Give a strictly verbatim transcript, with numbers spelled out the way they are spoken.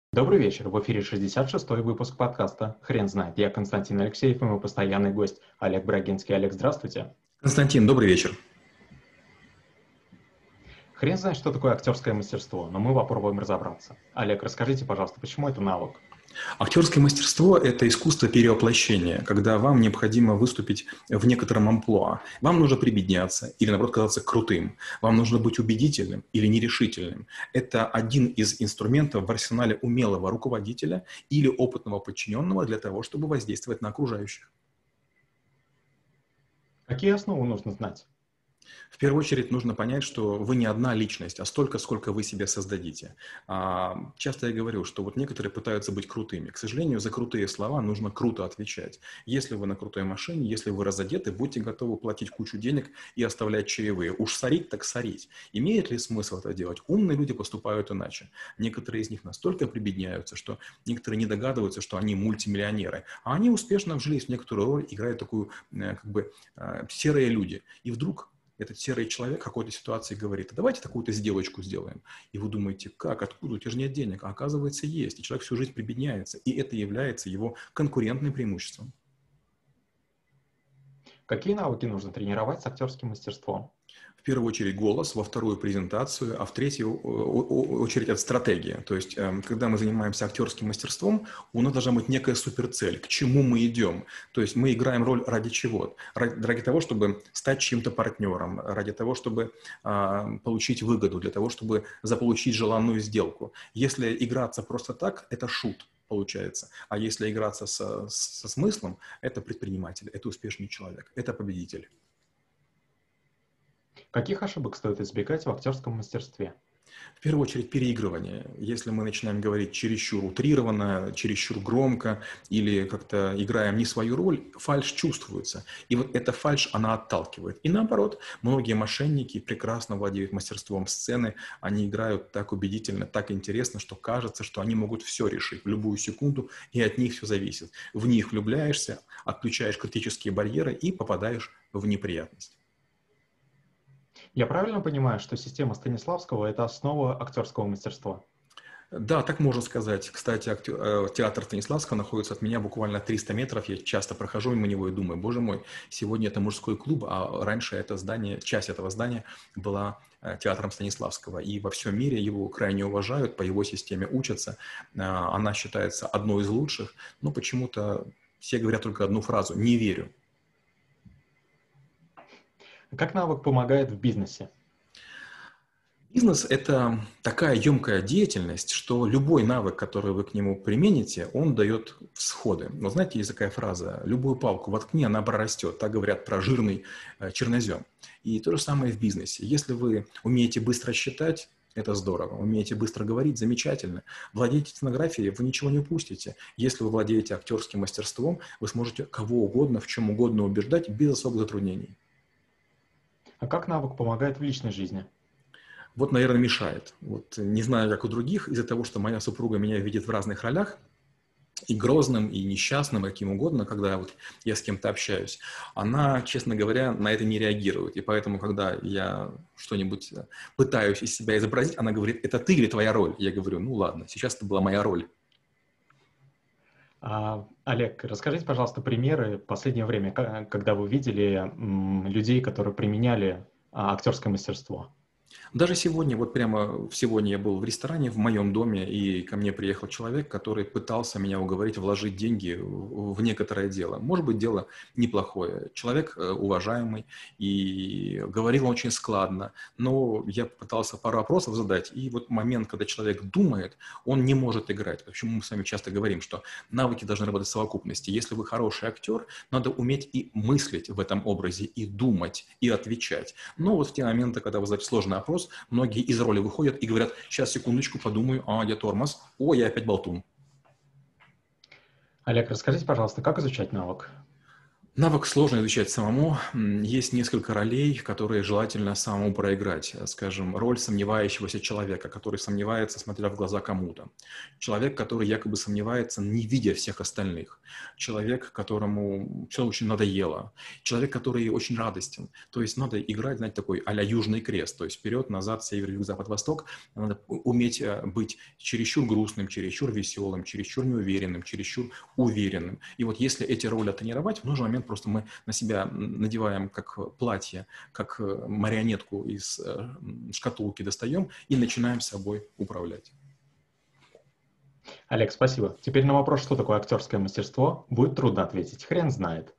Добрый вечер. В эфире шестьдесят шестой выпуск подкаста «Хрен знает». Я Константин Алексеев и мой постоянный гость Олег Брагинский. Олег, здравствуйте. Константин, добрый вечер. Хрен знает, что такое актерское мастерство, но мы попробуем разобраться. Олег, расскажите, пожалуйста, почему это навык? Актерское мастерство – это искусство перевоплощения, когда вам необходимо выступить в некотором амплуа. Вам нужно прибедняться или, наоборот, казаться крутым. Вам нужно быть убедительным или нерешительным. Это один из инструментов в арсенале умелого руководителя или опытного подчиненного для того, чтобы воздействовать на окружающих. Какие основы нужно знать? В первую очередь нужно понять, что вы не одна личность, а столько, сколько вы себе создадите. Часто я говорю, что вот некоторые пытаются быть крутыми. К сожалению, за крутые слова нужно круто отвечать. Если вы на крутой машине, если вы разодеты, будьте готовы платить кучу денег и оставлять чаевые. Уж сорить так сорить. Имеет ли смысл это делать? Умные люди поступают иначе. Некоторые из них настолько прибедняются, что некоторые не догадываются, что они мультимиллионеры. А они успешно вжились в некоторую роль, играют такую, как бы, серые люди. И вдруг этот серый человек в какой-то ситуации говорит: а давайте такую-то сделочку сделаем. И вы думаете, как, откуда, у тебя же нет денег. А оказывается, есть. И человек всю жизнь прибедняется. И это является его конкурентным преимуществом. Какие навыки нужно тренировать с актерским мастерством? В первую очередь голос, во вторую презентацию, а в третью очередь это стратегия. То есть, когда мы занимаемся актерским мастерством, у нас должна быть некая суперцель, к чему мы идем. То есть мы играем роль ради чего? Ради того, чтобы стать чьим-то партнером, ради того, чтобы а, получить выгоду, для того, чтобы заполучить желанную сделку. Если играться просто так, это шут получается. А если играться со, со смыслом, это предприниматель, это успешный человек, это победитель. Каких ошибок стоит избегать в актерском мастерстве? В первую очередь переигрывание. Если мы начинаем говорить чересчур утрированно, чересчур громко или как-то играем не свою роль, фальшь чувствуется. И вот эта фальшь, она отталкивает. И наоборот, многие мошенники прекрасно владеют мастерством сцены, они играют так убедительно, так интересно, что кажется, что они могут все решить в любую секунду, и от них все зависит. В них влюбляешься, отключаешь критические барьеры и попадаешь в неприятность. Я правильно понимаю, что система Станиславского – это основа актерского мастерства? Да, так можно сказать. Кстати, актер, театр Станиславского находится от меня буквально триста метров. Я часто прохожу мимо него и думаю: боже мой, сегодня это мужской клуб, а раньше это здание, часть этого здания была театром Станиславского. И во всем мире его крайне уважают, по его системе учатся. Она считается одной из лучших, но почему-то все говорят только одну фразу: «Не верю». Как навык помогает в бизнесе? Бизнес – это такая емкая деятельность, что любой навык, который вы к нему примените, он дает всходы. Но знаете, есть такая фраза: любую палку воткни, она прорастет. Так говорят про жирный чернозем. И то же самое в бизнесе. Если вы умеете быстро считать, это здорово. Умеете быстро говорить – замечательно. Владеете стенографией – вы ничего не упустите. Если вы владеете актерским мастерством, вы сможете кого угодно, в чем угодно убеждать без особых затруднений. А как навык помогает в личной жизни? Вот, наверное, мешает. Вот, не знаю, как у других, из-за того, что моя супруга меня видит в разных ролях, и грозным, и несчастным, и каким угодно, когда вот я с кем-то общаюсь, она, честно говоря, на это не реагирует. И поэтому, когда я что-нибудь пытаюсь из себя изобразить, она говорит: это ты или твоя роль? Я говорю: ну ладно, сейчас это была моя роль. А, Олег, расскажите, пожалуйста, примеры в последнее время, когда вы видели м, людей, которые применяли а, актерское мастерство. Даже сегодня, вот прямо сегодня я был в ресторане в моем доме, и ко мне приехал человек, который пытался меня уговорить вложить деньги в, в некоторое дело. Может быть, дело неплохое. Человек уважаемый, и говорил он очень складно, но я пытался пару вопросов задать, и вот момент, когда человек думает, он не может играть. Почему мы с вами часто говорим, что навыки должны работать в совокупности. Если вы хороший актер, надо уметь и мыслить в этом образе, и думать, и отвечать. Но вот в те моменты, когда вы задаете сложный опрос, многие из роли выходят и говорят: сейчас, секундочку, подумаю, а, я тормоз, о, я опять болтун. Олег, расскажите, пожалуйста, как изучать навык? Навык сложно изучать самому. Есть несколько ролей, которые желательно самому проиграть. Скажем, роль сомневающегося человека, который сомневается, смотря в глаза кому-то. Человек, который якобы сомневается, не видя всех остальных. Человек, которому все очень надоело. Человек, который очень радостен. То есть надо играть, знаете, такой а-ля Южный крест. То есть вперед, назад, север, юг, запад, восток. Надо уметь быть чересчур грустным, чересчур веселым, чересчур неуверенным, чересчур уверенным. И вот если эти роли тренировать, в нужный момент просто мы на себя надеваем как платье, как марионетку из шкатулки достаем и начинаем собой управлять. Олег, спасибо. Теперь на вопрос, что такое актерское мастерство, будет трудно ответить. Хрен знает.